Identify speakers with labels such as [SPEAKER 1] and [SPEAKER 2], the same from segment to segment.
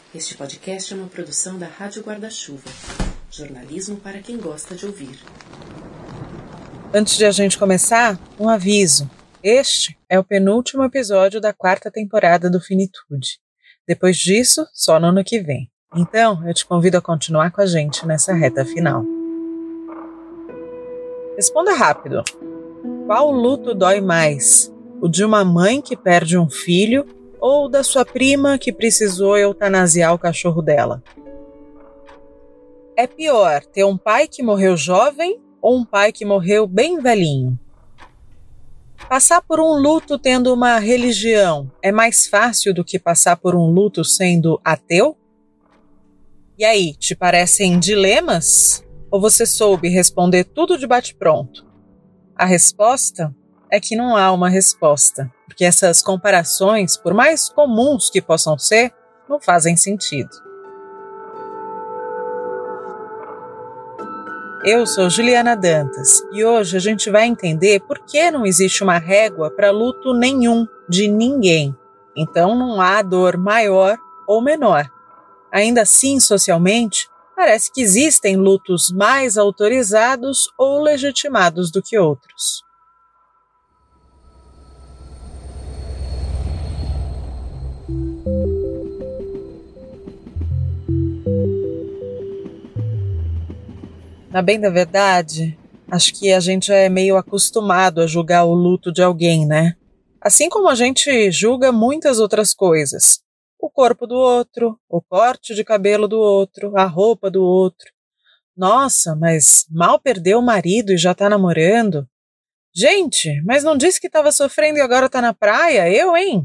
[SPEAKER 1] Este podcast é uma produção da Rádio Guarda-Chuva. Jornalismo para quem gosta de ouvir.
[SPEAKER 2] Antes de a gente começar, um aviso. Este é o penúltimo episódio da 4ª temporada do Finitude. Depois disso, só no ano que vem. Então, eu te convido a continuar com a gente nessa reta final. Responda rápido. Qual luto dói mais? O de uma mãe que perde um filho ou da sua prima que precisou eutanasiar o cachorro dela? É pior ter um pai que morreu jovem ou um pai que morreu bem velhinho? Passar por um luto tendo uma religião é mais fácil do que passar por um luto sendo ateu? E aí, te parecem dilemas? Ou você soube responder tudo de bate-pronto? A resposta é que não há uma resposta, porque essas comparações, por mais comuns que possam ser, não fazem sentido. Eu sou Juliana Dantas e hoje a gente vai entender por que não existe uma régua para luto nenhum de ninguém. Então não há dor maior ou menor. Ainda assim, socialmente, parece que existem lutos mais autorizados ou legitimados do que outros. Na bem da verdade, acho que a gente é meio acostumado a julgar o luto de alguém, né? Assim como a gente julga muitas outras coisas. O corpo do outro, o corte de cabelo do outro, a roupa do outro. Nossa, mas mal perdeu o marido e já tá namorando? Gente, mas não disse que estava sofrendo e agora tá na praia? Eu, hein?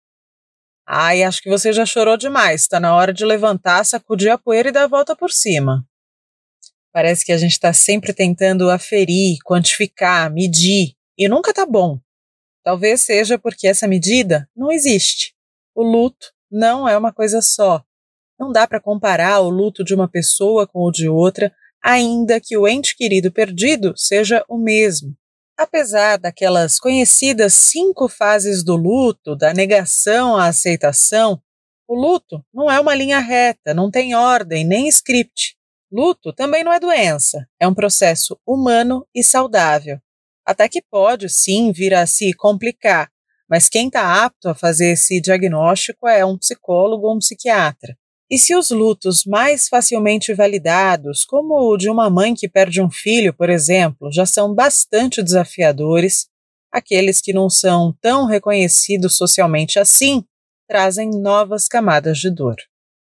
[SPEAKER 2] Ai, acho que você já chorou demais. Tá na hora de levantar, sacudir a poeira e dar a volta por cima. Parece que a gente está sempre tentando aferir, quantificar, medir, e nunca tá bom. Talvez seja porque essa medida não existe. O luto não é uma coisa só. Não dá para comparar o luto de uma pessoa com o de outra, ainda que o ente querido perdido seja o mesmo. Apesar daquelas conhecidas 5 fases do luto, da negação à aceitação, o luto não é uma linha reta, não tem ordem, nem script. Luto também não é doença, é um processo humano e saudável. Até que pode, sim, vir a se complicar, mas quem está apto a fazer esse diagnóstico é um psicólogo ou um psiquiatra. E se os lutos mais facilmente validados, como o de uma mãe que perde um filho, por exemplo, já são bastante desafiadores, aqueles que não são tão reconhecidos socialmente assim, trazem novas camadas de dor.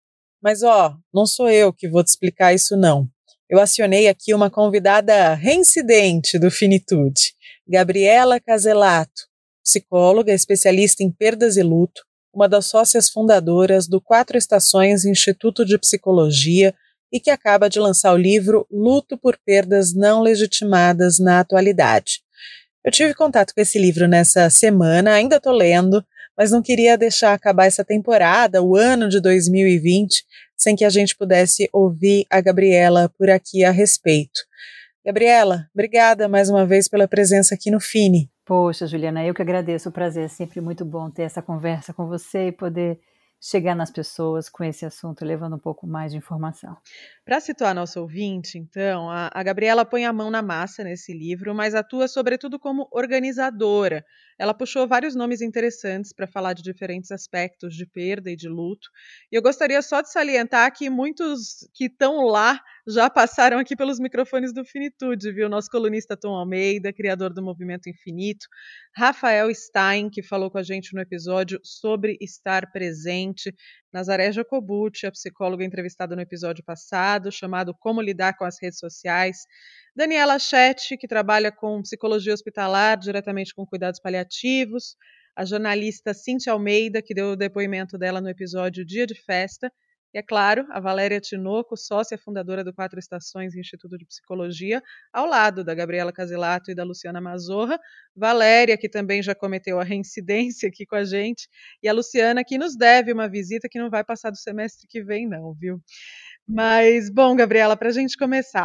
[SPEAKER 2] Mas não sou eu que vou te explicar isso não. Eu acionei aqui uma convidada reincidente do Finitude, Gabriela Caselato, psicóloga especialista em perdas e luto, uma das sócias fundadoras do 4 Estações Instituto de Psicologia e que acaba de lançar o livro Luto por Perdas Não Legitimadas na Atualidade. Eu tive contato com esse livro nessa semana, ainda estou lendo, mas não queria deixar acabar essa temporada, o ano de 2020, sem que a gente pudesse ouvir a Gabriela por aqui a respeito. Gabriela, obrigada mais uma vez pela presença aqui no Fini.
[SPEAKER 3] Poxa, Juliana, eu que agradeço, o prazer é sempre muito bom ter essa conversa com você e poder chegar nas pessoas com esse assunto, levando um pouco mais de informação.
[SPEAKER 2] Para situar nosso ouvinte, então, a Gabriela põe a mão na massa nesse livro, mas atua sobretudo como organizadora. Ela puxou vários nomes interessantes para falar de diferentes aspectos de perda e de luto. E eu gostaria só de salientar que muitos que estão lá já passaram aqui pelos microfones do Finitude, viu? Nosso colunista Tom Almeida, criador do Movimento Infinito, Rafael Stein, que falou com a gente no episódio sobre estar presente, Nazaré Jacobucci, a psicóloga entrevistada no episódio passado, chamado Como Lidar com as Redes Sociais, Daniela Chetti, que trabalha com psicologia hospitalar, diretamente com cuidados paliativos, a jornalista Cíntia Almeida, que deu o depoimento dela no episódio Dia de Festa, e, é claro, a Valéria Tinoco, sócia fundadora do 4 Estações Instituto de Psicologia, ao lado da Gabriela Caselato e da Luciana Mazorra. Valéria, que também já cometeu a reincidência aqui com a gente, e a Luciana, que nos deve uma visita que não vai passar do semestre que vem, não, viu? Mas, bom, Gabriela, para a gente começar,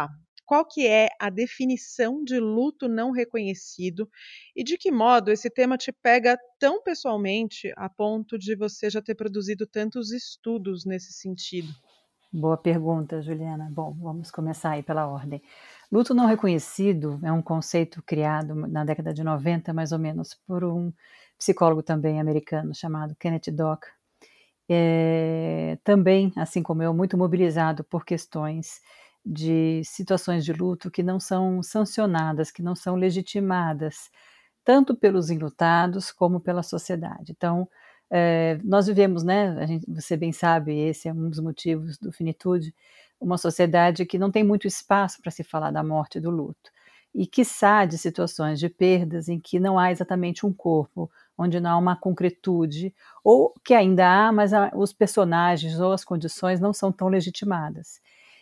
[SPEAKER 2] qual que é a definição de luto não reconhecido e de que modo esse tema te pega tão pessoalmente a ponto de você já ter produzido tantos estudos nesse sentido?
[SPEAKER 3] Boa pergunta, Juliana. Bom, vamos começar aí pela ordem. Luto não reconhecido é um conceito criado na década de 90, mais ou menos, por um psicólogo também americano chamado Kenneth Dock. Também, assim como eu, muito mobilizado por questões de situações de luto que não são sancionadas, que não são legitimadas, tanto pelos enlutados como pela sociedade. Então, nós vivemos, né, você bem sabe, esse é um dos motivos do Finitude, uma sociedade que não tem muito espaço para se falar da morte e do luto. E, quiçá, de situações de perdas em que não há exatamente um corpo, onde não há uma concretude, ou que ainda há, mas os personagens ou as condições não são tão legitimadas.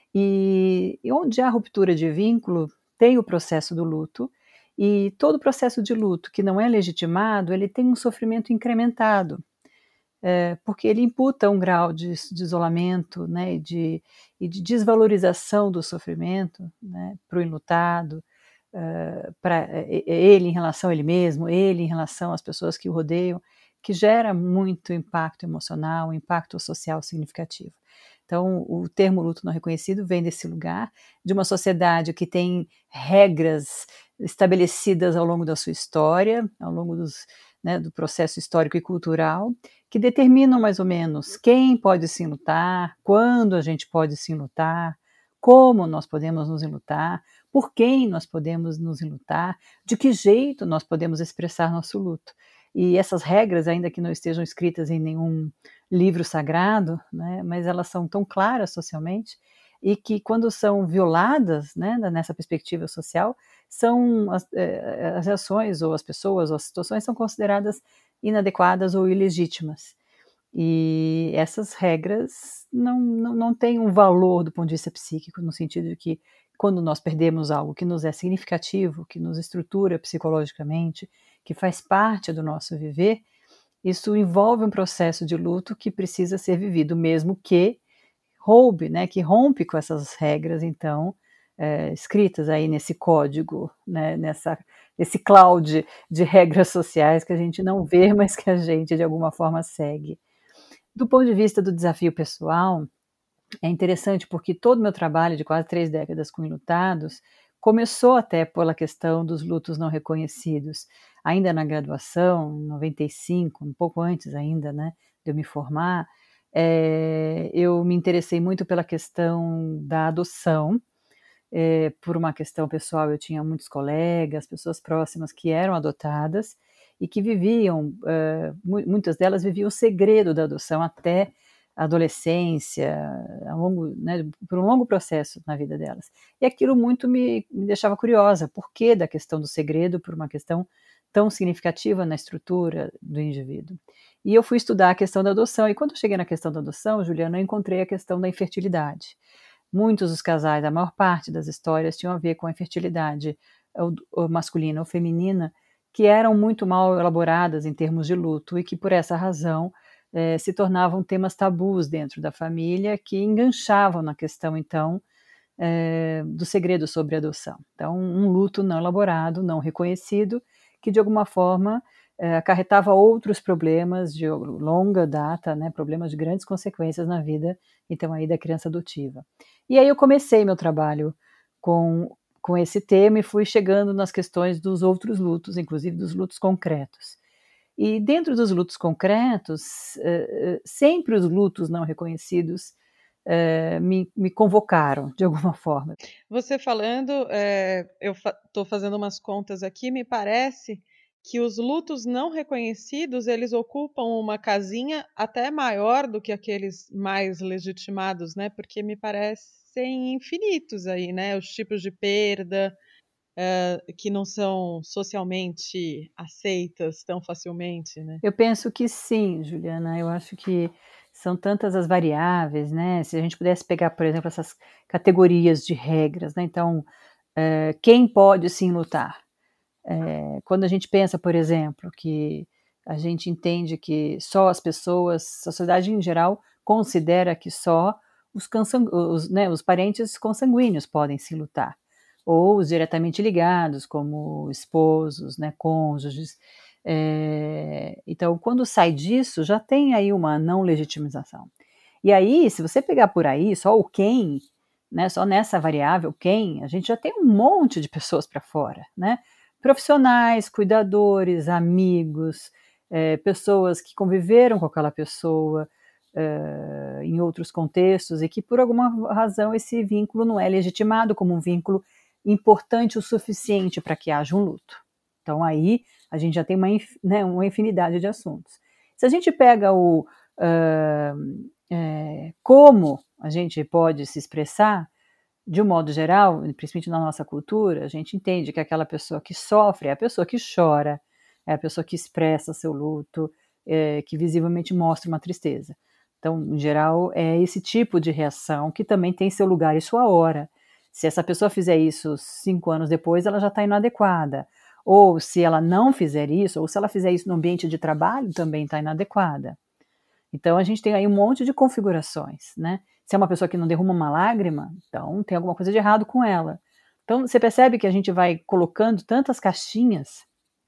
[SPEAKER 3] E onde há ruptura de vínculo, tem o processo do luto, e todo processo de luto que não é legitimado, ele tem um sofrimento incrementado, porque ele imputa um grau de isolamento, né, e de desvalorização do sofrimento, né, para o enlutado, para ele em relação a ele mesmo, ele em relação às pessoas que o rodeiam, que gera muito impacto emocional, um impacto social significativo. Então, o termo luto não reconhecido vem desse lugar, de uma sociedade que tem regras estabelecidas ao longo da sua história, ao longo do processo histórico e cultural, que determinam mais ou menos quem pode se enlutar, quando a gente pode se enlutar, como nós podemos nos enlutar, por quem nós podemos nos enlutar, de que jeito nós podemos expressar nosso luto. E essas regras, ainda que não estejam escritas em nenhum livro sagrado, né, mas elas são tão claras socialmente, e que quando são violadas, né, nessa perspectiva social, são as ações ou as pessoas ou as situações são consideradas inadequadas ou ilegítimas. E essas regras não têm um valor do ponto de vista psíquico, no sentido de que quando nós perdemos algo que nos é significativo, que nos estrutura psicologicamente, que faz parte do nosso viver, isso envolve um processo de luto que precisa ser vivido, mesmo que que rompe com essas regras, então, escritas aí nesse código, né, nesse cloud de regras sociais que a gente não vê, mas que a gente, de alguma forma, segue. Do ponto de vista do desafio pessoal, é interessante porque todo o meu trabalho de quase 3 décadas com enlutados começou até pela questão dos lutos não reconhecidos. Ainda na graduação, em 95, um pouco antes ainda, né, de eu me formar, eu me interessei muito pela questão da adoção. Por uma questão pessoal, eu tinha muitos colegas, pessoas próximas que eram adotadas e que viviam, muitas delas viviam o segredo da adoção até a adolescência, por um longo processo na vida delas. E aquilo muito me deixava curiosa, por que da questão do segredo, por uma questão tão significativa na estrutura do indivíduo. E eu fui estudar a questão da adoção, e quando eu cheguei na questão da adoção, Juliana, eu encontrei a questão da infertilidade. Muitos dos casais, a maior parte das histórias tinham a ver com a infertilidade ou masculina ou feminina, que eram muito mal elaboradas em termos de luto e que, por essa razão, se tornavam temas tabus dentro da família que enganchavam na questão, então, do segredo sobre a adoção. Então, um luto não elaborado, não reconhecido, que de alguma forma acarretava outros problemas de longa data, né, problemas de grandes consequências na vida, então, aí da criança adotiva. E aí eu comecei meu trabalho com esse tema e fui chegando nas questões dos outros lutos, inclusive dos lutos concretos. E dentro dos lutos concretos, sempre os lutos não reconhecidos me convocaram, de alguma forma.
[SPEAKER 2] Você falando, eu estou fazendo umas contas aqui, me parece que os lutos não reconhecidos, eles ocupam uma casinha até maior do que aqueles mais legitimados, né? Porque me parecem infinitos aí, né? Os tipos de perda, que não são socialmente aceitas tão facilmente, né?
[SPEAKER 3] Eu penso que sim, Juliana. Eu acho que são tantas as variáveis, né? Se a gente pudesse pegar, por exemplo, essas categorias de regras, né? Então, quem pode sim lutar? Quando a gente pensa, por exemplo, que a gente entende que só as pessoas, a sociedade em geral, considera que só os parentes consanguíneos podem se lutar. ou os diretamente ligados, como esposos, né, cônjuges. Então, quando sai disso, já tem aí uma não legitimização. E aí, se você pegar por aí só o quem, né, só nessa variável quem, a gente já tem um monte de pessoas para fora, né? Profissionais, cuidadores, amigos, pessoas que conviveram com aquela pessoa em outros contextos e que por alguma razão esse vínculo não é legitimado como um vínculo importante o suficiente para que haja um luto. Então aí a gente já tem uma infinidade de assuntos. Se a gente pega como a gente pode se expressar, de um modo geral, principalmente na nossa cultura, a gente entende que aquela pessoa que sofre é a pessoa que chora, é a pessoa que expressa seu luto, que visivelmente mostra uma tristeza. Então, em geral, é esse tipo de reação que também tem seu lugar e sua hora. Se essa pessoa fizer isso 5 anos depois, ela já está inadequada. Ou se ela não fizer isso, ou se ela fizer isso no ambiente de trabalho, também está inadequada. Então, a gente tem aí um monte de configurações, né? Se é uma pessoa que não derruma uma lágrima, então tem alguma coisa de errado com ela. Então, você percebe que a gente vai colocando tantas caixinhas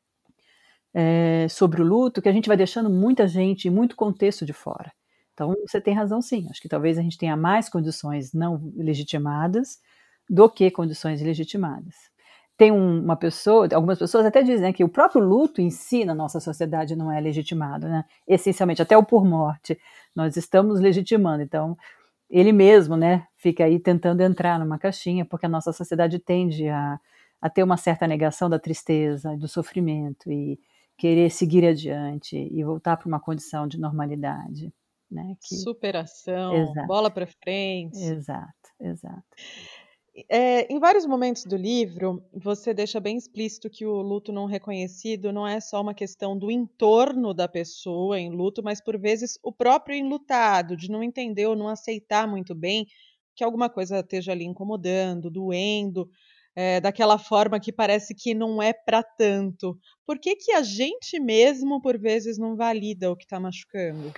[SPEAKER 3] sobre o luto que a gente vai deixando muita gente e muito contexto de fora. Então, você tem razão sim, acho que talvez a gente tenha mais condições não legitimadas do que condições legitimadas. Tem algumas pessoas até dizem, né, que o próprio luto em si na nossa sociedade não é legitimado, né? Essencialmente, até o por morte, nós estamos legitimando, então ele mesmo, né, fica aí tentando entrar numa caixinha, porque a nossa sociedade tende a ter uma certa negação da tristeza, do sofrimento, e querer seguir adiante e voltar para uma condição de normalidade, né?
[SPEAKER 4] Superação,
[SPEAKER 3] Exato,
[SPEAKER 4] bola para frente.
[SPEAKER 3] exato, exato.
[SPEAKER 4] Em vários momentos do livro, você deixa bem explícito que o luto não reconhecido não é só uma questão do entorno da pessoa em luto, mas por vezes o próprio enlutado, de não entender ou não aceitar muito bem que alguma coisa esteja ali incomodando, doendo, daquela forma que parece que não é para tanto. Por que que a gente mesmo, por vezes, não valida o que está machucando?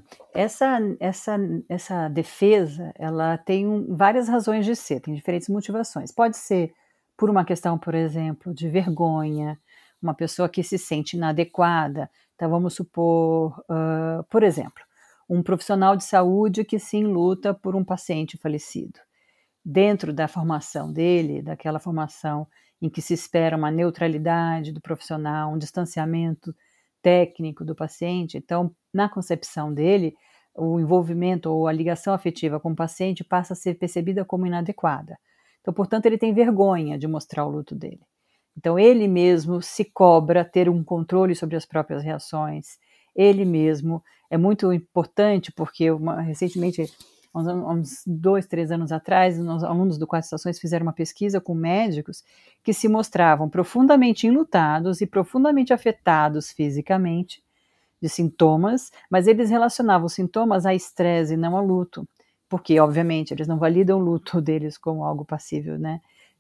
[SPEAKER 3] Essa defesa, ela tem várias razões de ser, tem diferentes motivações. Pode ser por uma questão, por exemplo, de vergonha, uma pessoa que se sente inadequada. Então, vamos supor, por exemplo, um profissional de saúde que se enluta por um paciente falecido. Dentro da formação dele, daquela formação em que se espera uma neutralidade do profissional, um distanciamento técnico do paciente, então, na concepção dele, o envolvimento ou a ligação afetiva com o paciente passa a ser percebida como inadequada. Então, portanto, ele tem vergonha de mostrar o luto dele. Então, ele mesmo se cobra ter um controle sobre as próprias reações. Ele mesmo é muito importante, porque recentemente, há uns 2, 3 anos atrás, os alunos do Quatro Estações fizeram uma pesquisa com médicos que se mostravam profundamente enlutados e profundamente afetados fisicamente de sintomas, mas eles relacionavam os sintomas a estresse e não a luto, porque, obviamente, eles não validam o luto deles como algo passível, né?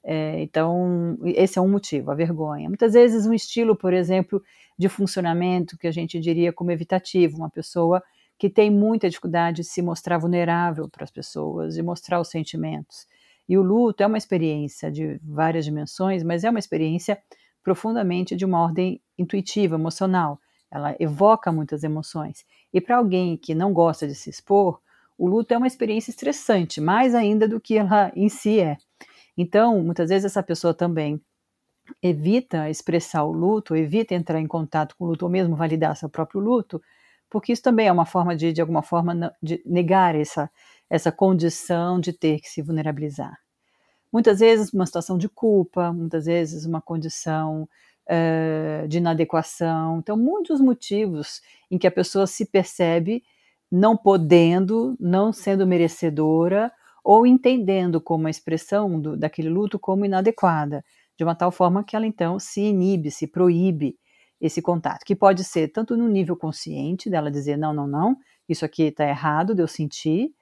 [SPEAKER 3] Então, esse é um motivo, a vergonha. Muitas vezes um estilo, por exemplo, de funcionamento que a gente diria como evitativo, uma pessoa que tem muita dificuldade de se mostrar vulnerável para as pessoas, de mostrar os sentimentos. E o luto é uma experiência de várias dimensões, mas é uma experiência profundamente de uma ordem intuitiva, emocional. Ela evoca muitas emoções. E para alguém que não gosta de se expor, o luto é uma experiência estressante, mais ainda do que ela em si é. Então, muitas vezes essa pessoa também evita expressar o luto, evita entrar em contato com o luto, ou mesmo validar seu próprio luto, porque isso também é uma forma de alguma forma, de negar essa condição de ter que se vulnerabilizar. Muitas vezes uma situação de culpa, muitas vezes uma condição de inadequação. Então, muitos motivos em que a pessoa se percebe não podendo, não sendo merecedora, ou entendendo como a expressão daquele luto como inadequada, de uma tal forma que ela então se inibe, se proíbe esse contato, que pode ser tanto no nível consciente, dela dizer não, não, não, isso aqui está errado de eu sentir,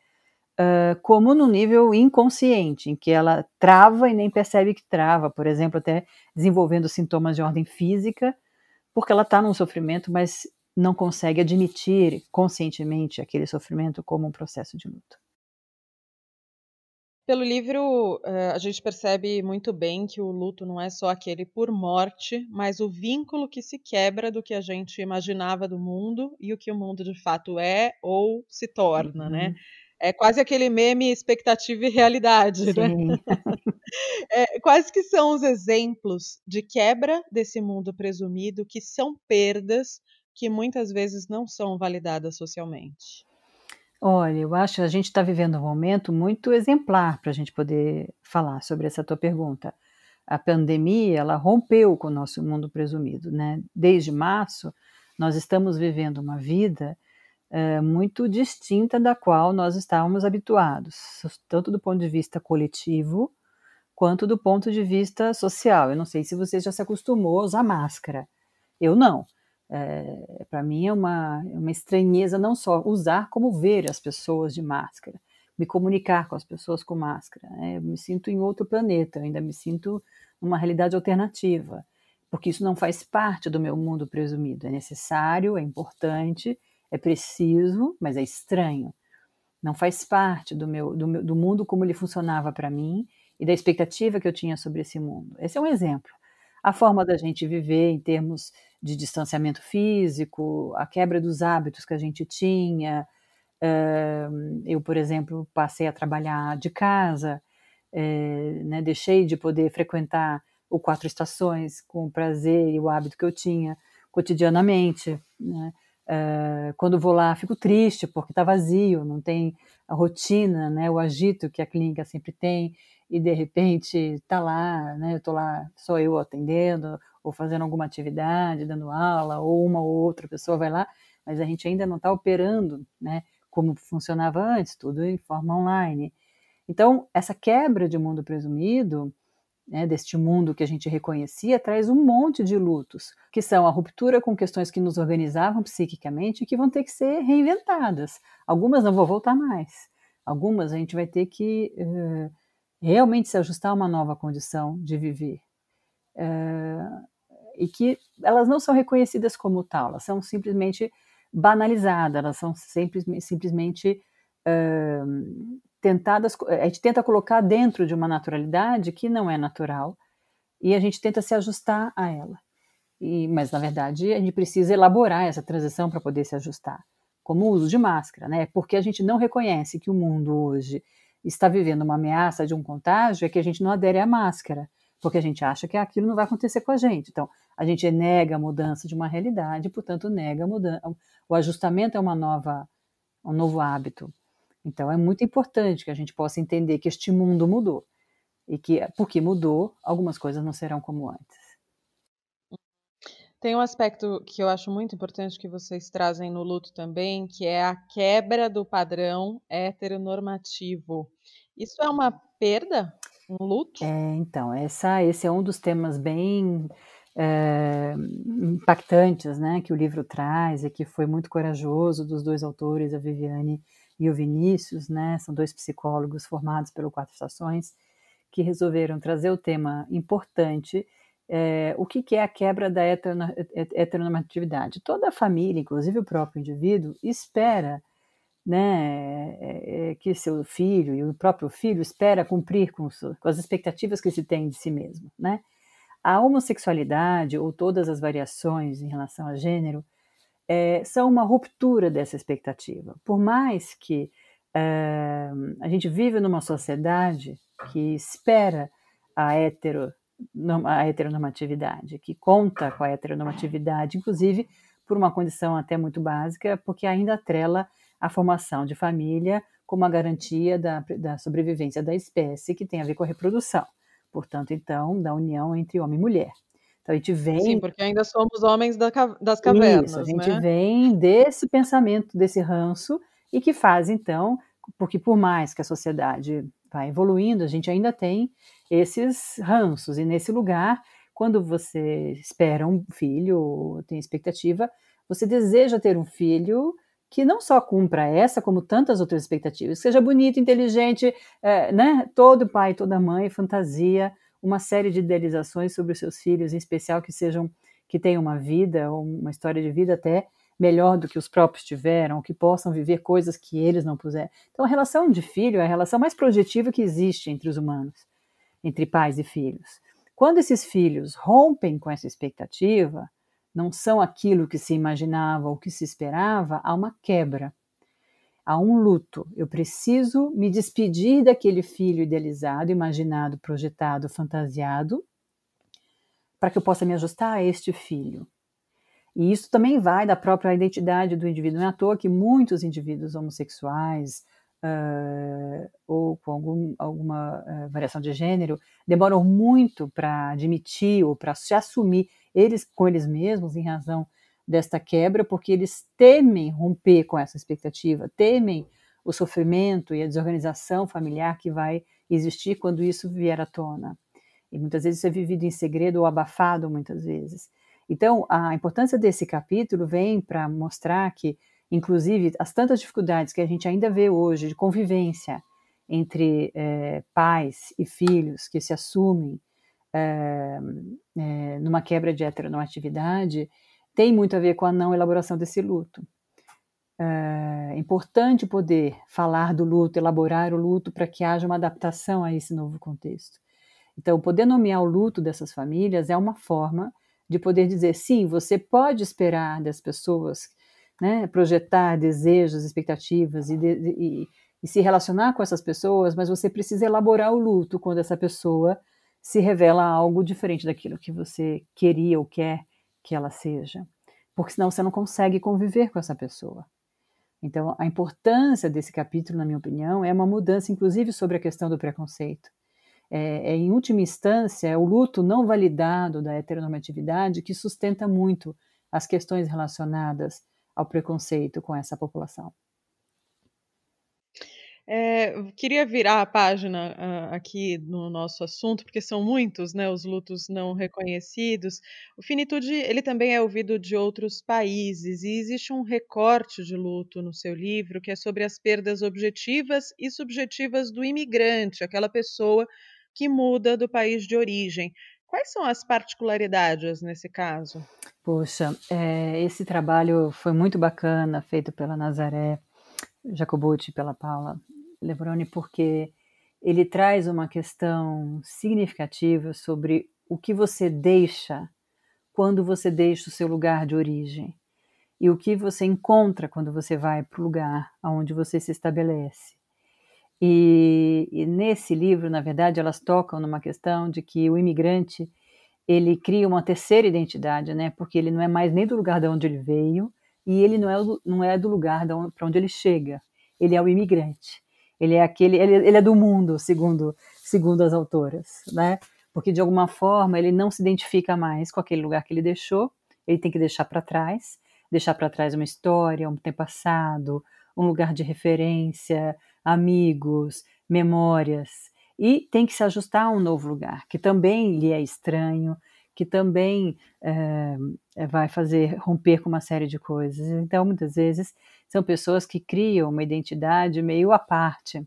[SPEAKER 3] como no nível inconsciente, em que ela trava e nem percebe que trava, por exemplo, até desenvolvendo sintomas de ordem física, porque ela está num sofrimento, mas não consegue admitir conscientemente aquele sofrimento como um processo de luto.
[SPEAKER 4] Pelo livro, a gente percebe muito bem que o luto não é só aquele por morte, mas o vínculo que se quebra do que a gente imaginava do mundo e o que o mundo de fato é ou se torna, né.
[SPEAKER 3] Uhum.
[SPEAKER 4] É quase aquele meme expectativa e realidade, né.
[SPEAKER 3] Sim.
[SPEAKER 4] Quais que são os exemplos de quebra desse mundo presumido que são perdas que muitas vezes não são validadas socialmente?
[SPEAKER 3] Olha, eu acho que a gente está vivendo um momento muito exemplar para a gente poder falar sobre essa tua pergunta. A pandemia, ela rompeu com o nosso mundo presumido, né. Desde março, nós estamos vivendo uma vida, muito distinta da qual nós estávamos habituados, tanto do ponto de vista coletivo, quanto do ponto de vista social. Eu não sei se você já se acostumou a usar máscara. Eu não. Para mim é uma estranheza não só usar, como ver as pessoas de máscara, me comunicar com as pessoas com máscara, né. Eu me sinto em outro planeta, eu ainda me sinto numa realidade alternativa, porque isso não faz parte do meu mundo presumido. É necessário, é importante, é preciso, mas é estranho. Não faz parte do mundo como ele funcionava para mim e da expectativa que eu tinha sobre esse mundo. Esse é um exemplo. A forma da gente viver em termos de distanciamento físico, a quebra dos hábitos que a gente tinha. Eu, por exemplo, passei a trabalhar de casa, né, deixei de poder frequentar o Quatro Estações com o prazer e o hábito que eu tinha cotidianamente, né. Quando vou lá, fico triste porque está vazio, não tem a rotina, né, o agito que a clínica sempre tem, e de repente está lá, né, eu estou lá, só eu atendendo, ou fazendo alguma atividade, dando aula, ou uma ou outra pessoa vai lá, mas a gente ainda não está operando, né, como funcionava antes, tudo em forma online. Então, essa quebra de mundo presumido, né, deste mundo que a gente reconhecia, traz um monte de lutos, que são a ruptura com questões que nos organizavam psiquicamente e que vão ter que ser reinventadas. Algumas não vão voltar mais. Algumas a gente vai ter que realmente se ajustar a uma nova condição de viver. E que elas não são reconhecidas como tal, elas são simplesmente banalizadas, elas são simplesmente tentadas, a gente tenta colocar dentro de uma naturalidade que não é natural, e a gente tenta se ajustar a ela. Mas, na verdade, a gente precisa elaborar essa transição para poder se ajustar, como o uso de máscara, né? Porque a gente não reconhece que o mundo hoje está vivendo uma ameaça de um contágio, é que a gente não adere à máscara, porque a gente acha que aquilo não vai acontecer com a gente. Então, a gente nega a mudança de uma realidade, portanto, nega o ajustamento a um novo hábito. Então, é muito importante que a gente possa entender que este mundo mudou e que, porque mudou, algumas coisas não serão como antes.
[SPEAKER 4] Tem um aspecto que eu acho muito importante que vocês trazem no luto também, que é a quebra do padrão heteronormativo. Isso é uma perda? Um luto?
[SPEAKER 3] Então, esse é um dos temas bem impactantes, né, que o livro traz e que foi muito corajoso dos dois autores, a Viviane e o Vinícius, né, são dois psicólogos formados pelo Quatro Estações, que resolveram trazer o tema importante, o que é a quebra da heteronormatividade. Toda a família, inclusive o próprio indivíduo, espera, né, que seu filho e o próprio filho espera cumprir com as expectativas que se tem de si mesmo, né? A homossexualidade ou todas as variações em relação a gênero são uma ruptura dessa expectativa. Por mais que a gente vive numa sociedade que espera a heteronormatividade, que conta com a heteronormatividade, inclusive por uma condição até muito básica, porque ainda atrela a formação de família como a garantia da sobrevivência da espécie, que tem a ver com a reprodução. Portanto, então, da união entre homem e mulher. Então, a gente
[SPEAKER 4] Sim,
[SPEAKER 3] vem.
[SPEAKER 4] porque ainda somos homens das
[SPEAKER 3] Isso, a
[SPEAKER 4] cavernas,
[SPEAKER 3] gente
[SPEAKER 4] né?
[SPEAKER 3] vem desse pensamento, desse ranço, e que faz, então, porque por mais que a sociedade vai evoluindo, a gente ainda tem esses ranços, e nesse lugar, quando você espera um filho, tem expectativa, você deseja ter um filho que não só cumpra essa, como tantas outras expectativas, seja bonito, inteligente, né? Todo pai, toda mãe fantasia uma série de idealizações sobre os seus filhos, em especial que tenham uma vida, ou uma história de vida até melhor do que os próprios tiveram, que possam viver coisas que eles não puseram. Então, a relação de filho é a relação mais projetiva que existe entre os humanos, entre pais e filhos. Quando esses filhos rompem com essa expectativa, não são aquilo que se imaginava ou que se esperava, há uma quebra, há um luto. Eu preciso me despedir daquele filho idealizado, imaginado, projetado, fantasiado, para que eu possa me ajustar a este filho. E isso também vai da própria identidade do indivíduo. Não é à toa que muitos indivíduos homossexuais ou com alguma variação de gênero demoram muito para admitir ou para se assumir com eles mesmos em razão desta quebra, porque eles temem romper com essa expectativa, temem o sofrimento e a desorganização familiar que vai existir quando isso vier à tona. E muitas vezes isso é vivido em segredo ou abafado muitas vezes. Então, a importância desse capítulo vem para mostrar que, inclusive, as tantas dificuldades que a gente ainda vê hoje de convivência entre pais e filhos que se assumem numa quebra de heteronormatividade, tem muito a ver com a não elaboração desse luto. É importante poder falar do luto, elaborar o luto para que haja uma adaptação a esse novo contexto. Então, poder nomear o luto dessas famílias é uma forma de poder dizer, sim, você pode esperar das pessoas, né, projetar desejos, expectativas e se relacionar com essas pessoas, mas você precisa elaborar o luto quando essa pessoa se revela algo diferente daquilo que você queria ou quer que ela seja, porque senão você não consegue conviver com essa pessoa. Então, a importância desse capítulo, na minha opinião, é uma mudança, inclusive, sobre a questão do preconceito. Em última instância, é o luto não validado da heteronormatividade que sustenta muito as questões relacionadas ao preconceito com essa população.
[SPEAKER 4] Queria virar a página aqui no nosso assunto, porque são muitos, né, os lutos não reconhecidos. O Finitude, ele também é ouvido de outros países, e existe um recorte de luto no seu livro que é sobre as perdas objetivas e subjetivas do imigrante, aquela pessoa que muda do país de origem. Quais são as particularidades nesse caso?
[SPEAKER 3] Poxa, esse trabalho foi muito bacana, feito pela Nazaré Jacobucci, pela Paula Levrone, porque ele traz uma questão significativa sobre o que você deixa quando você deixa o seu lugar de origem e o que você encontra quando você vai para o lugar onde você se estabelece. E nesse livro, na verdade, elas tocam numa questão de que o imigrante, ele cria uma terceira identidade, né? Porque ele não é mais nem do lugar de onde ele veio e ele não é do lugar para onde ele chega. Ele é o imigrante. Ele é do mundo, segundo as autoras, né? Porque de alguma forma ele não se identifica mais com aquele lugar que ele deixou. Ele tem que deixar para trás uma história, um tempo passado, um lugar de referência, amigos, memórias, e tem que se ajustar a um novo lugar, que também lhe é estranho, que também vai fazer romper com uma série de coisas. Então, muitas vezes, são pessoas que criam uma identidade meio à parte.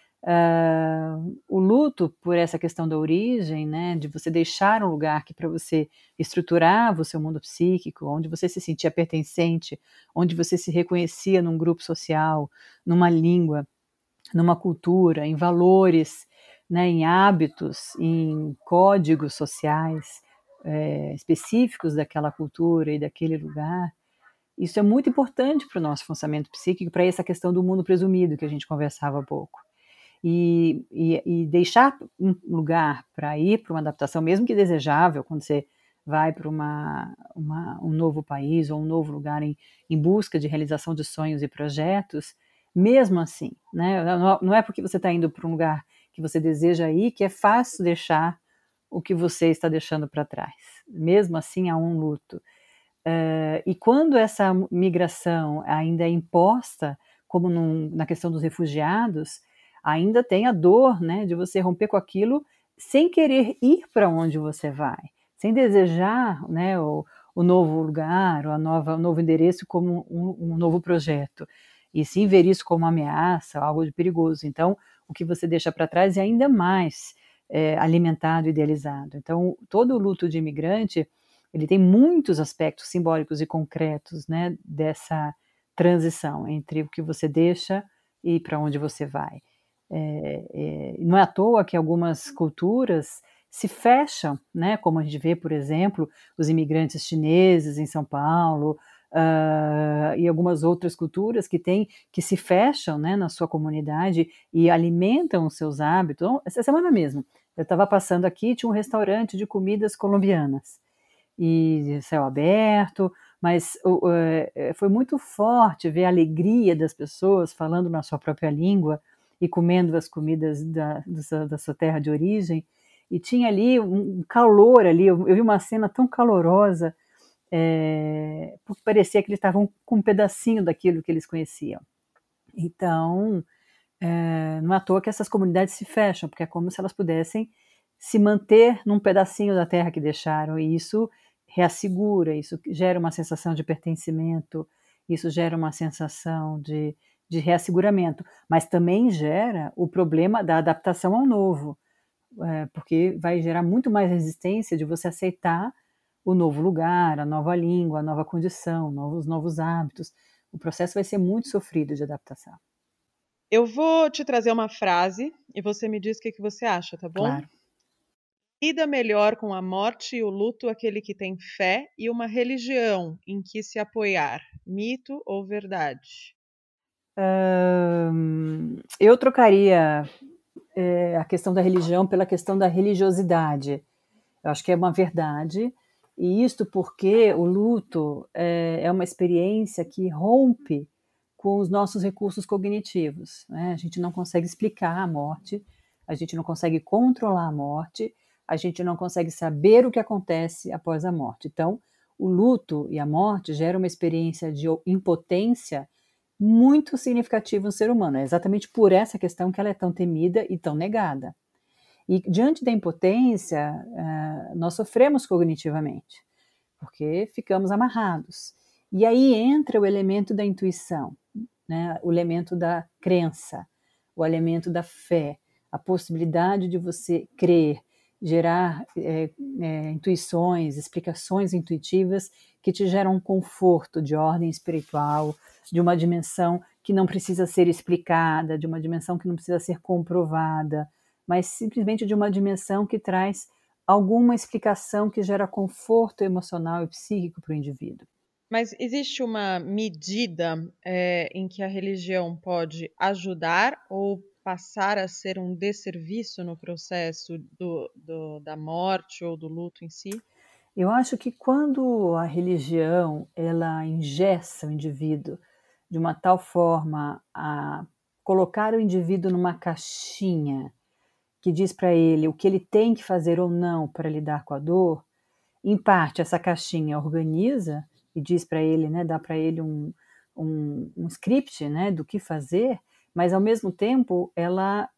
[SPEAKER 3] O luto por essa questão da origem, né, de você deixar um lugar que para você estruturava o seu mundo psíquico, onde você se sentia pertencente, onde você se reconhecia num grupo social, numa língua, numa cultura, em valores, né, em hábitos, em códigos sociais específicos daquela cultura e daquele lugar. Isso é muito importante para o nosso funcionamento psíquico, para essa questão do mundo presumido que a gente conversava há pouco. E deixar um lugar para ir para uma adaptação, mesmo que desejável, quando você vai para um novo país ou um novo lugar em busca de realização de sonhos e projetos, mesmo assim, né? Não é porque você está indo para um lugar que você deseja ir que é fácil deixar o que você está deixando para trás. Mesmo assim, há um luto. E quando essa migração ainda é imposta, como na questão dos refugiados, ainda tem a dor, né, de você romper com aquilo sem querer ir para onde você vai, sem desejar, né, o novo lugar, o novo endereço como um novo projeto, e sim ver isso como uma ameaça, algo de perigoso. Então, o que você deixa para trás é ainda mais alimentado, idealizado. Então, todo o luto de imigrante, ele tem muitos aspectos simbólicos e concretos, né, dessa transição entre o que você deixa e para onde você vai. Não é à toa que algumas culturas se fecham, né, como a gente vê, por exemplo, os imigrantes chineses em São Paulo, e algumas outras culturas que se fecham, né, na sua comunidade e alimentam os seus hábitos. Então, essa semana mesmo, eu estava passando aqui, tinha um restaurante de comidas colombianas, e céu aberto, mas foi muito forte ver a alegria das pessoas falando na sua própria língua e comendo as comidas da sua terra de origem, e tinha ali um calor ali, eu vi uma cena tão calorosa, porque parecia que eles estavam com um pedacinho daquilo que eles conheciam. Então, não é à toa que essas comunidades se fecham, porque é como se elas pudessem se manter num pedacinho da terra que deixaram, e isso reassegura, isso gera uma sensação de pertencimento, isso gera uma sensação de reasseguramento, mas também gera o problema da adaptação ao novo, porque vai gerar muito mais resistência de você aceitar o novo lugar, a nova língua, a nova condição, os novos hábitos. O processo vai ser muito sofrido de adaptação.
[SPEAKER 4] Eu vou te trazer uma frase e você me diz o que você acha, tá bom?
[SPEAKER 3] Claro.
[SPEAKER 4] Lida melhor com a morte e o luto aquele que tem fé e uma religião em que se apoiar, mito ou verdade?
[SPEAKER 3] Eu trocaria a questão da religião pela questão da religiosidade. Eu acho que é uma verdade, e isto porque o luto é uma experiência que rompe com os nossos recursos cognitivos, né? A gente não consegue explicar a morte, a gente não consegue controlar a morte, a gente não consegue saber o que acontece após a morte. Então, o luto e a morte geram uma experiência de impotência muito significativa no ser humano. É exatamente por essa questão que ela é tão temida e tão negada. E diante da impotência, nós sofremos cognitivamente, porque ficamos amarrados. E aí entra o elemento da intuição, né? O elemento da crença, o elemento da fé, a possibilidade de você crer, gerar intuições, explicações intuitivas que te geram um conforto de ordem espiritual, de uma dimensão que não precisa ser explicada, de uma dimensão que não precisa ser comprovada, mas simplesmente de uma dimensão que traz alguma explicação que gera conforto emocional e psíquico para o indivíduo.
[SPEAKER 4] Mas existe uma medida em que a religião pode ajudar ou passar a ser um desserviço no processo da morte ou do luto em si?
[SPEAKER 3] Eu acho que quando a religião ela engessa o indivíduo de uma tal forma a colocar o indivíduo numa caixinha que diz para ele o que ele tem que fazer ou não para lidar com a dor, em parte essa caixinha organiza e diz para ele, né, dá para ele um script, né, do que fazer, mas ao mesmo tempo ela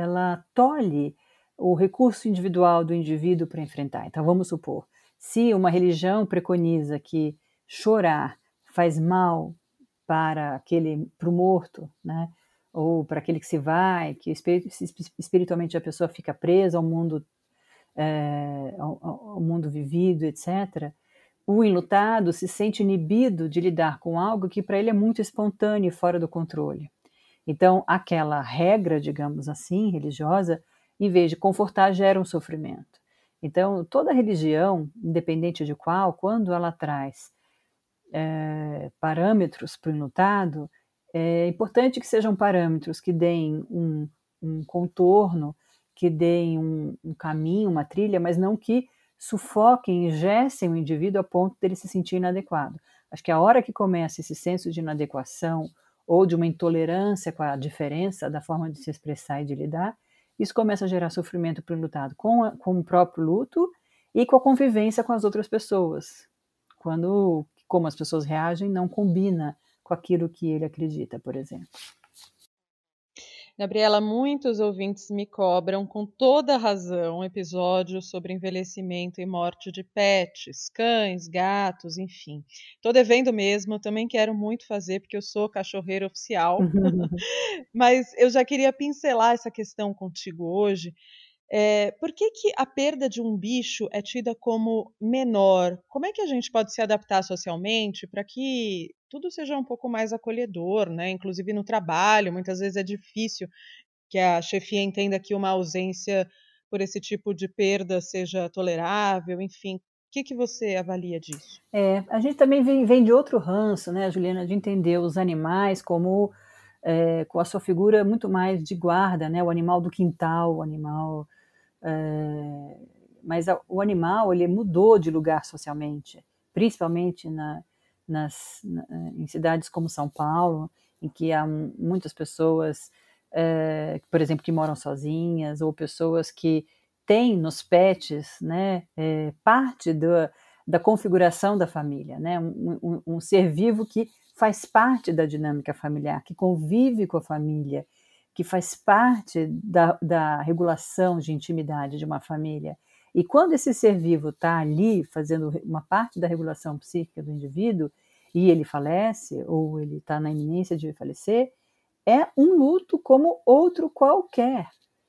[SPEAKER 3] tolhe o recurso individual do indivíduo para enfrentar. Então vamos supor, se uma religião preconiza que chorar faz mal para o morto, né, ou para aquele que se vai, que espiritualmente a pessoa fica presa ao mundo, ao mundo vivido, etc., o enlutado se sente inibido de lidar com algo que para ele é muito espontâneo e fora do controle. Então, aquela regra, digamos assim, religiosa, em vez de confortar, gera um sofrimento. Então, toda religião, independente de qual, quando ela traz parâmetros para o enlutado, é importante que sejam parâmetros que deem um contorno, que deem um caminho, uma trilha, mas não que sufoquem, engessem o indivíduo a ponto dele se sentir inadequado. Acho que a hora que começa esse senso de inadequação ou de uma intolerância com a diferença da forma de se expressar e de lidar, isso começa a gerar sofrimento para o enlutado com o próprio luto e com a convivência com as outras pessoas. Quando, como as pessoas reagem, não combina com aquilo que ele acredita, por exemplo.
[SPEAKER 4] Gabriela, muitos ouvintes me cobram, com toda razão, episódios sobre envelhecimento e morte de pets, cães, gatos, enfim. Estou devendo mesmo, também quero muito fazer, porque eu sou cachorreira oficial. Mas eu já queria pincelar essa questão contigo hoje, Por que a perda de um bicho é tida como menor? Como é que a gente pode se adaptar socialmente para que tudo seja um pouco mais acolhedor, né? Inclusive no trabalho, muitas vezes é difícil que a chefia entenda que uma ausência por esse tipo de perda seja tolerável, enfim. O que você avalia disso?
[SPEAKER 3] A gente também vem de outro ranço, né, Juliana, de entender os animais como com a sua figura muito mais de guarda, né, o animal do quintal, o animal. Mas o animal ele mudou de lugar socialmente, principalmente em cidades como São Paulo, em que há muitas pessoas, por exemplo, que moram sozinhas, ou pessoas que têm nos pets, né, parte da configuração da família, né, um ser vivo que faz parte da dinâmica familiar, que convive com a família, que faz parte da regulação de intimidade de uma família. E quando esse ser vivo está ali fazendo uma parte da regulação psíquica do indivíduo e ele falece, ou ele está na iminência de falecer, é um luto como outro qualquer.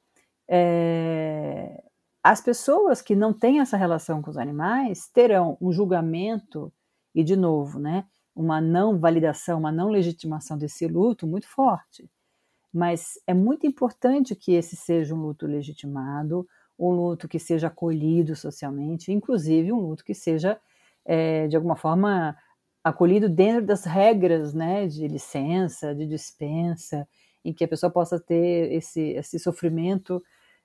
[SPEAKER 3] As pessoas que não têm essa relação com os animais terão um julgamento e, de novo, né, uma não validação, uma não legitimação desse luto muito forte. Mas é muito importante que esse seja um luto legitimado, um luto que seja acolhido socialmente, inclusive um luto que seja, de alguma forma, acolhido dentro das regras, né, de licença, de dispensa, em que a pessoa possa ter esse sofrimento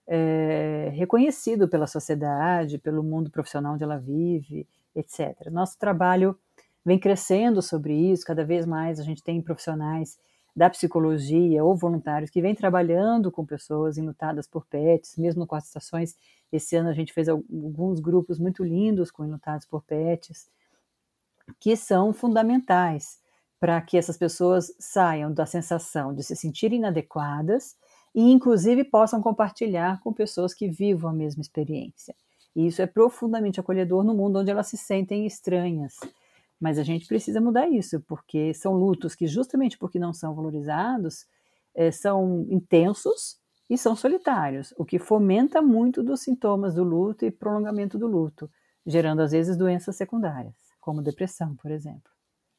[SPEAKER 3] reconhecido pela sociedade, pelo mundo profissional onde ela vive, etc. Nosso trabalho vem crescendo sobre isso, cada vez mais a gente tem profissionais da psicologia ou voluntários que vêm trabalhando com pessoas enlutadas por pets, mesmo no Quatro Estações. Esse ano a gente fez alguns grupos muito lindos com enlutados por pets, que são fundamentais para que essas pessoas saiam da sensação de se sentirem inadequadas e, inclusive, possam compartilhar com pessoas que vivam a mesma experiência. E isso é profundamente acolhedor no mundo onde elas se sentem estranhas. Mas a gente precisa mudar isso, porque são lutos que, justamente porque não são valorizados, são intensos e são solitários, o que fomenta muito dos sintomas do luto e prolongamento do luto, gerando, às vezes, doenças secundárias, como depressão, por exemplo.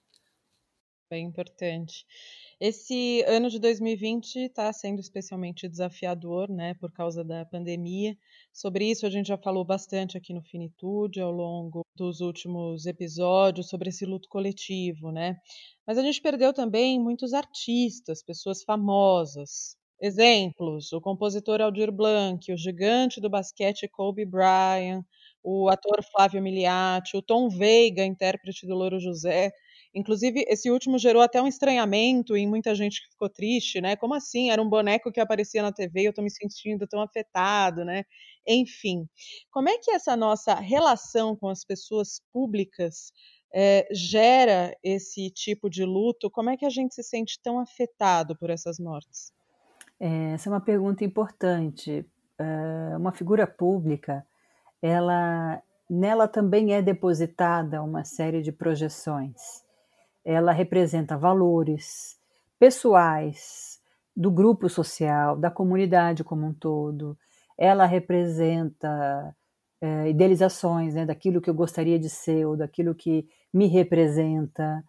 [SPEAKER 4] Bem importante. Esse ano de 2020 está sendo especialmente desafiador, né, por causa da pandemia. Sobre isso a gente já falou bastante aqui no Finitude ao longo dos últimos episódios sobre esse luto coletivo, né? Mas a gente perdeu também muitos artistas, pessoas famosas. Exemplos: o compositor Aldir Blanc, o gigante do basquete Kobe Bryant, o ator Flávio Miliati, o Tom Veiga, intérprete do Louro José. Inclusive, esse último gerou até um estranhamento em muita gente que ficou triste, né? Como assim? Era um boneco que aparecia na TV, eu estou me sentindo tão afetado, né? Enfim, como é que essa nossa relação com as pessoas públicas gera esse tipo de luto? Como é que a gente se sente tão afetado por essas mortes?
[SPEAKER 3] Essa é uma pergunta importante. Uma figura pública, nela também é depositada uma série de projeções. Ela representa valores pessoais do grupo social, da comunidade como um todo. Ela representa idealizações, né, daquilo que eu gostaria de ser ou daquilo que me representa.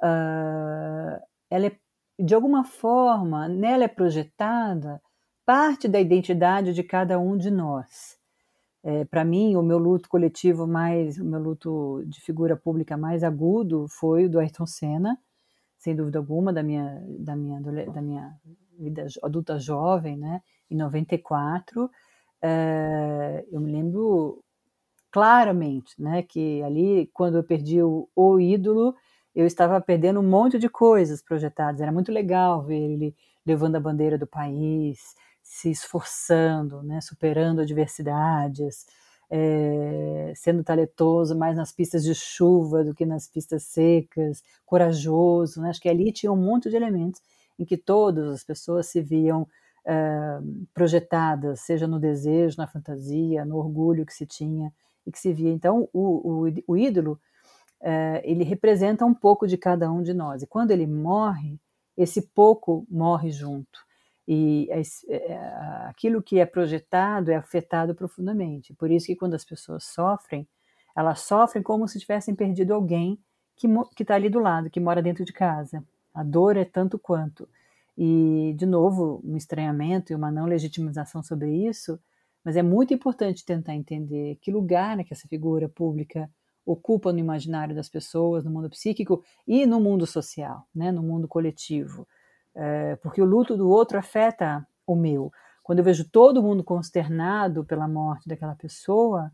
[SPEAKER 3] Ela é, de alguma forma, nela é projetada parte da identidade de cada um de nós. Para mim, o meu luto coletivo o meu luto de figura pública mais agudo foi o do Ayrton Senna, sem dúvida alguma, da minha vida adulta jovem, né, em 94. Eu me lembro claramente, né, que ali, quando eu perdi o ídolo, eu estava perdendo um monte de coisas projetadas. Era muito legal ver ele levando a bandeira do país, se esforçando, né, superando adversidades, sendo talentoso mais nas pistas de chuva do que nas pistas secas, corajoso, né? Acho que ali tinha um monte de elementos em que todas as pessoas se viam projetadas, seja no desejo, na fantasia, no orgulho que se tinha e que se via. Então, o ídolo, ele representa um pouco de cada um de nós. E quando ele morre, esse pouco morre junto. E aquilo que é projetado é afetado profundamente. Por isso que quando as pessoas sofrem, elas sofrem como se tivessem perdido alguém que está ali do lado, que mora dentro de casa. A dor é tanto quanto. E, de novo, um estranhamento e uma não legitimização sobre isso, mas é muito importante tentar entender que lugar que essa figura pública ocupa no imaginário das pessoas, no mundo psíquico e no mundo social, né, no mundo coletivo. Porque o luto do outro afeta o meu. Quando eu vejo todo mundo consternado pela morte daquela pessoa,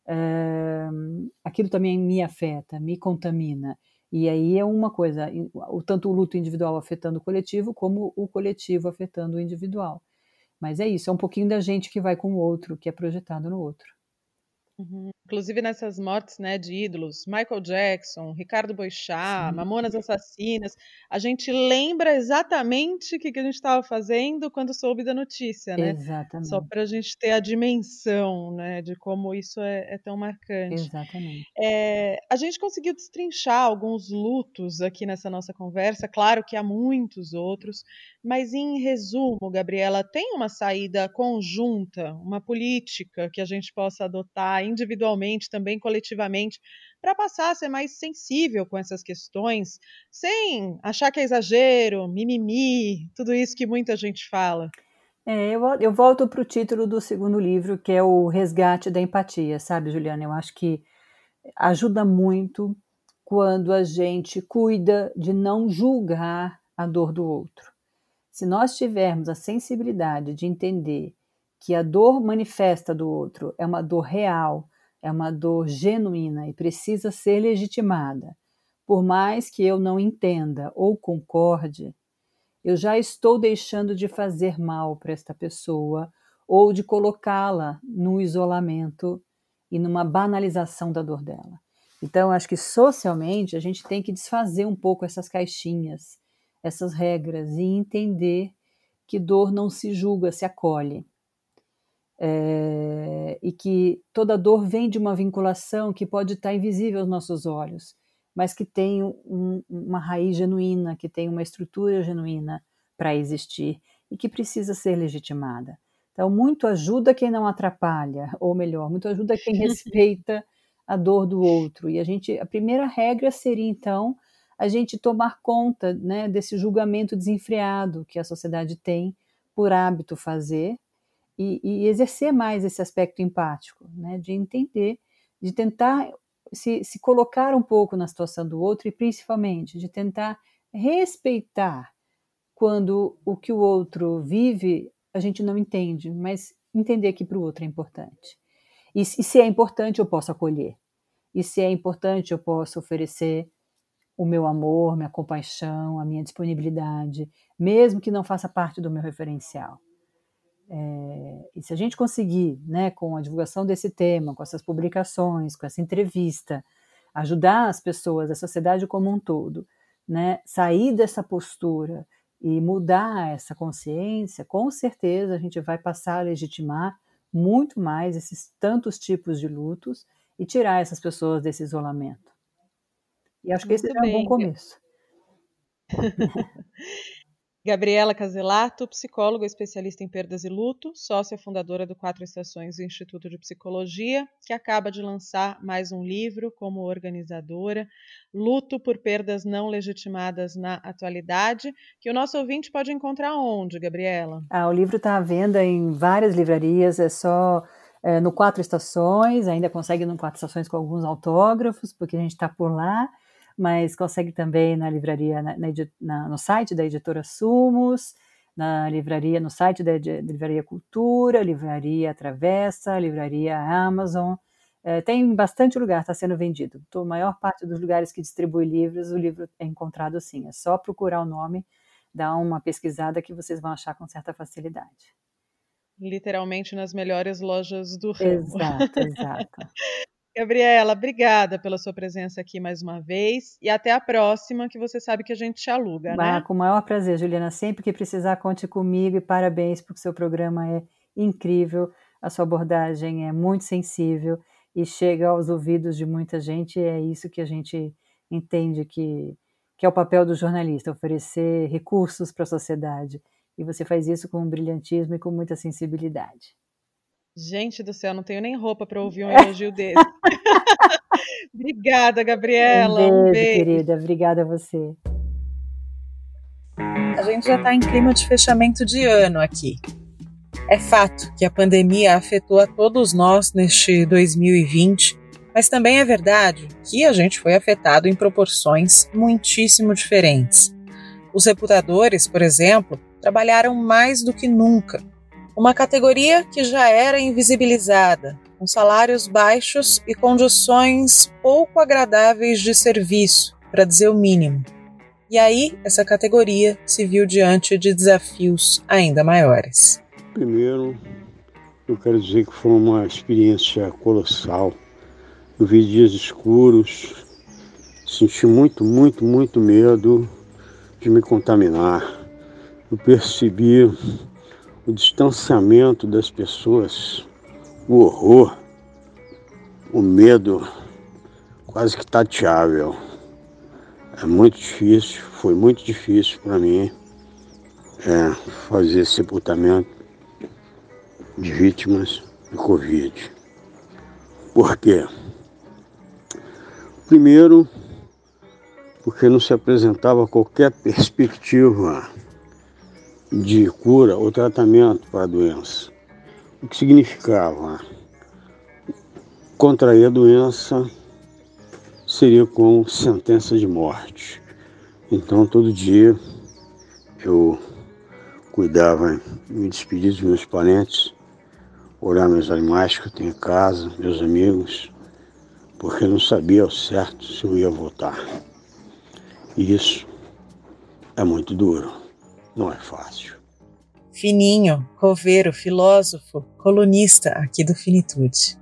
[SPEAKER 3] aquilo também me afeta, me contamina. E aí é uma coisa, tanto o luto individual afetando o coletivo, como o coletivo afetando o individual. Mas é isso, é um pouquinho da gente que vai com o outro, que é projetado no outro.
[SPEAKER 4] Inclusive nessas mortes, né, de ídolos, Michael Jackson, Ricardo Boixá, Mamonas Assassinas, a gente lembra exatamente o que a gente estava fazendo quando soube da notícia, né?
[SPEAKER 3] Exatamente.
[SPEAKER 4] Só para a gente ter a dimensão, né, de como isso é tão marcante.
[SPEAKER 3] Exatamente.
[SPEAKER 4] A gente conseguiu destrinchar alguns lutos aqui nessa nossa conversa, claro que há muitos outros, mas em resumo, Gabriela, tem uma saída conjunta, uma política que a gente possa adotar individualmente, também coletivamente, para passar a ser mais sensível com essas questões, sem achar que é exagero, mimimi, tudo isso que muita gente fala?
[SPEAKER 3] Eu volto para o título do segundo livro, que é o Resgate da Empatia, sabe, Juliana? Eu acho que ajuda muito quando a gente cuida de não julgar a dor do outro. Se nós tivermos a sensibilidade de entender que a dor manifesta do outro é uma dor real, é uma dor genuína e precisa ser legitimada, por mais que eu não entenda ou concorde, eu já estou deixando de fazer mal para esta pessoa ou de colocá-la no isolamento e numa banalização da dor dela. Então, acho que socialmente a gente tem que desfazer um pouco essas caixinhas, essas regras e entender que dor não se julga, se acolhe. E que toda dor vem de uma vinculação que pode estar invisível aos nossos olhos, mas que tem uma raiz genuína, que tem uma estrutura genuína para existir e que precisa ser legitimada. Então, muito ajuda quem não atrapalha, ou melhor, muito ajuda quem respeita a dor do outro. E a primeira regra seria, então, a gente tomar conta, né, desse julgamento desenfreado que a sociedade tem por hábito fazer e exercer mais esse aspecto empático, né, de entender, de tentar se colocar um pouco na situação do outro e, principalmente, de tentar respeitar quando o que o outro vive a gente não entende, mas entender que para o outro é importante. E se é importante, eu posso acolher. E se é importante, eu posso oferecer o meu amor, minha compaixão, a minha disponibilidade, mesmo que não faça parte do meu referencial. E se a gente conseguir, né, com a divulgação desse tema, com essas publicações, com essa entrevista, ajudar as pessoas, a sociedade como um todo, né, sair dessa postura e mudar essa consciência, com certeza a gente vai passar a legitimar muito mais esses tantos tipos de lutos e tirar essas pessoas desse isolamento. E acho que esse
[SPEAKER 4] Muito
[SPEAKER 3] é um bom
[SPEAKER 4] bem.
[SPEAKER 3] começo.
[SPEAKER 4] Gabriela Caselato, psicóloga especialista em perdas e luto, sócia fundadora do Quatro Estações Instituto de Psicologia, que acaba de lançar mais um livro como organizadora, Luto por Perdas Não Legitimadas na Atualidade, que o nosso ouvinte pode encontrar onde, Gabriela?
[SPEAKER 3] O livro está à venda em várias livrarias, é só no Quatro Estações, ainda consegue no Quatro Estações com alguns autógrafos, porque a gente está por lá, mas consegue também na livraria, no site da Editora Sumos, na livraria, no site da Livraria Cultura, Livraria Travessa, Livraria Amazon. Tem bastante lugar, está sendo vendido. A maior parte dos lugares que distribui livros, o livro é encontrado sim. É só procurar o nome, dar uma pesquisada que vocês vão achar com certa facilidade.
[SPEAKER 4] Literalmente nas melhores lojas do ramo.
[SPEAKER 3] Exato, exato.
[SPEAKER 4] Gabriela, obrigada pela sua presença aqui mais uma vez e até a próxima, que você sabe que a gente te aluga, né?
[SPEAKER 3] Com o maior prazer, Juliana. Sempre que precisar, conte comigo e parabéns, porque o seu programa é incrível, a sua abordagem é muito sensível e chega aos ouvidos de muita gente, e é isso que a gente entende que é o papel do jornalista, oferecer recursos para a sociedade E você faz isso com um brilhantismo e com muita sensibilidade.
[SPEAKER 4] Gente do céu, não tenho nem roupa para ouvir um elogio desse. Obrigada, Gabriela.
[SPEAKER 3] Um beijo, querida. Obrigada a você.
[SPEAKER 2] A gente já está em clima de fechamento de ano aqui. É fato que a pandemia afetou a todos nós neste 2020, mas também é verdade que a gente foi afetado em proporções muitíssimo diferentes. Os reputadores, por exemplo, trabalharam mais do que nunca. Uma categoria que já era invisibilizada, com salários baixos e condições pouco agradáveis de serviço, para dizer o mínimo. E aí, essa categoria se viu diante de desafios ainda maiores.
[SPEAKER 5] Primeiro, eu quero dizer que foi uma experiência colossal. Eu vi dias escuros, senti muito medo de me contaminar. Eu percebi o distanciamento das pessoas, o horror, o medo quase que tateável. É muito difícil, foi muito difícil para mim fazer sepultamento de vítimas de Covid. Por quê? Primeiro, porque não se apresentava qualquer perspectiva de cura ou tratamento para a doença. O que significava? Contrair a doença seria com sentença de morte. Então, todo dia eu cuidava, me despedir dos meus parentes, olhar meus animais que eu tenho em casa, meus amigos, porque eu não sabia ao certo se eu ia voltar. E isso é muito duro, não é fácil.
[SPEAKER 2] Fininho, coveiro, filósofo, colunista aqui do Finitude.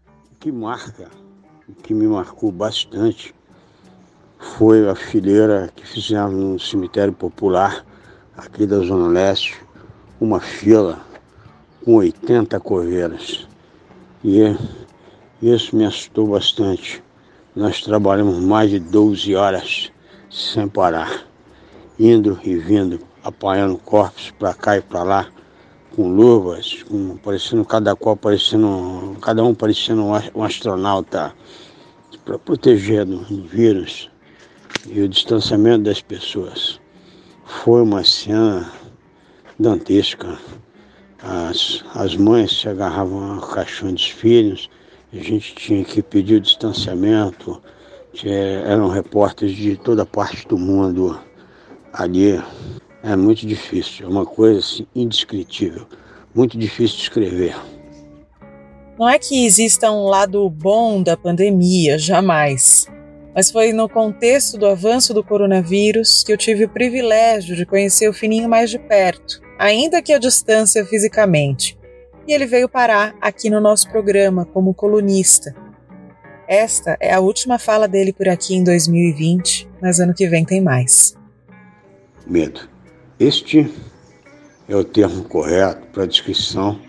[SPEAKER 5] O que me marcou bastante foi a fileira que fizemos no cemitério popular aqui da Zona Leste, uma fila com 80 coveiras. E isso me assustou bastante. Nós trabalhamos mais de 12 horas sem parar, indo e vindo, apanhando corpos para cá e para lá, com luvas, parecendo cada um parecendo um astronauta, para proteger do vírus e o distanciamento das pessoas. Foi uma cena dantesca. As mães se agarravam ao caixão dos filhos, a gente tinha que pedir o distanciamento, eram repórteres de toda parte do mundo ali. É muito difícil, é uma coisa assim, indescritível, muito difícil de escrever.
[SPEAKER 2] Não é que exista um lado bom da pandemia, jamais. Mas foi no contexto do avanço do coronavírus que eu tive o privilégio de conhecer o Fininho mais de perto, ainda que à distância fisicamente. E ele veio parar aqui no nosso programa como colunista. Esta é a última fala dele por aqui em 2020, mas ano que vem tem mais.
[SPEAKER 5] Medo. Este é o termo correto para a descrição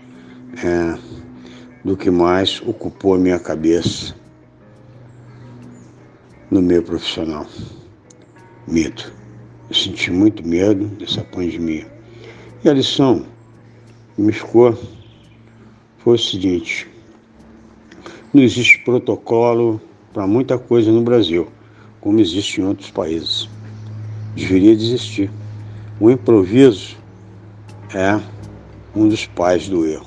[SPEAKER 5] do que mais ocupou a minha cabeça no meio profissional. Medo. Eu senti muito medo dessa pandemia. E a lição que me ficou foi o seguinte: não existe protocolo para muita coisa no Brasil, como existe em outros países. Deveria existir. O improviso é um dos pais do erro.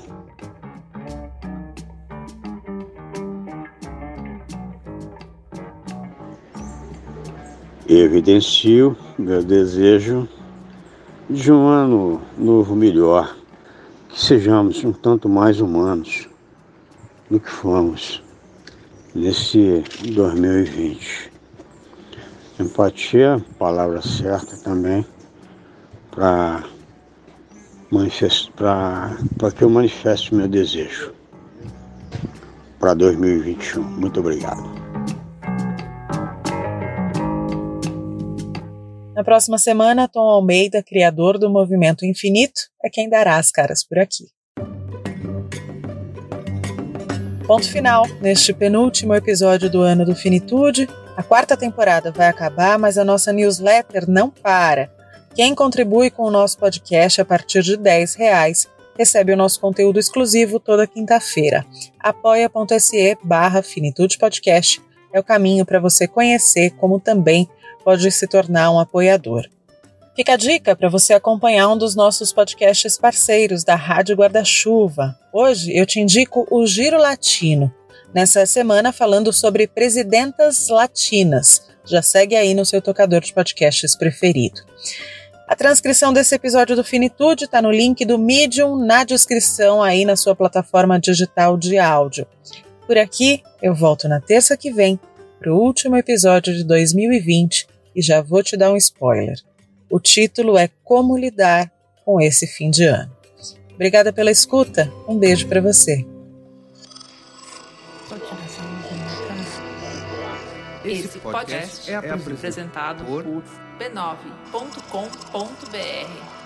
[SPEAKER 5] Evidencio meu desejo de um ano novo melhor, que sejamos um tanto mais humanos do que fomos nesse 2020. Empatia, palavra certa também, para que eu manifeste meu desejo para 2021. Muito obrigado.
[SPEAKER 2] Na próxima semana, Tom Almeida, criador do Movimento Infinito, é quem dará as caras por aqui. Ponto final neste penúltimo episódio do ano do Finitude. A 4ª temporada vai acabar, mas a nossa newsletter não para. Quem contribui com o nosso podcast a partir de R$10 recebe o nosso conteúdo exclusivo toda quinta-feira. apoia.se/finitudepodcast é o caminho para você conhecer como também pode se tornar um apoiador. Fica a dica para você acompanhar um dos nossos podcasts parceiros da Rádio Guarda-Chuva. Hoje eu te indico o Giro Latino, nessa semana falando sobre presidentas latinas. Já segue aí no seu tocador de podcasts preferido. A transcrição desse episódio do Finitude está no link do Medium na descrição aí na sua plataforma digital de áudio. Por aqui, eu volto na terça que vem para o último episódio de 2020 e já vou te dar um spoiler. O título é Como Lidar com esse Fim de Ano. Obrigada pela escuta, um beijo para você.
[SPEAKER 1] Esse podcast é apresentado por b9.com.br.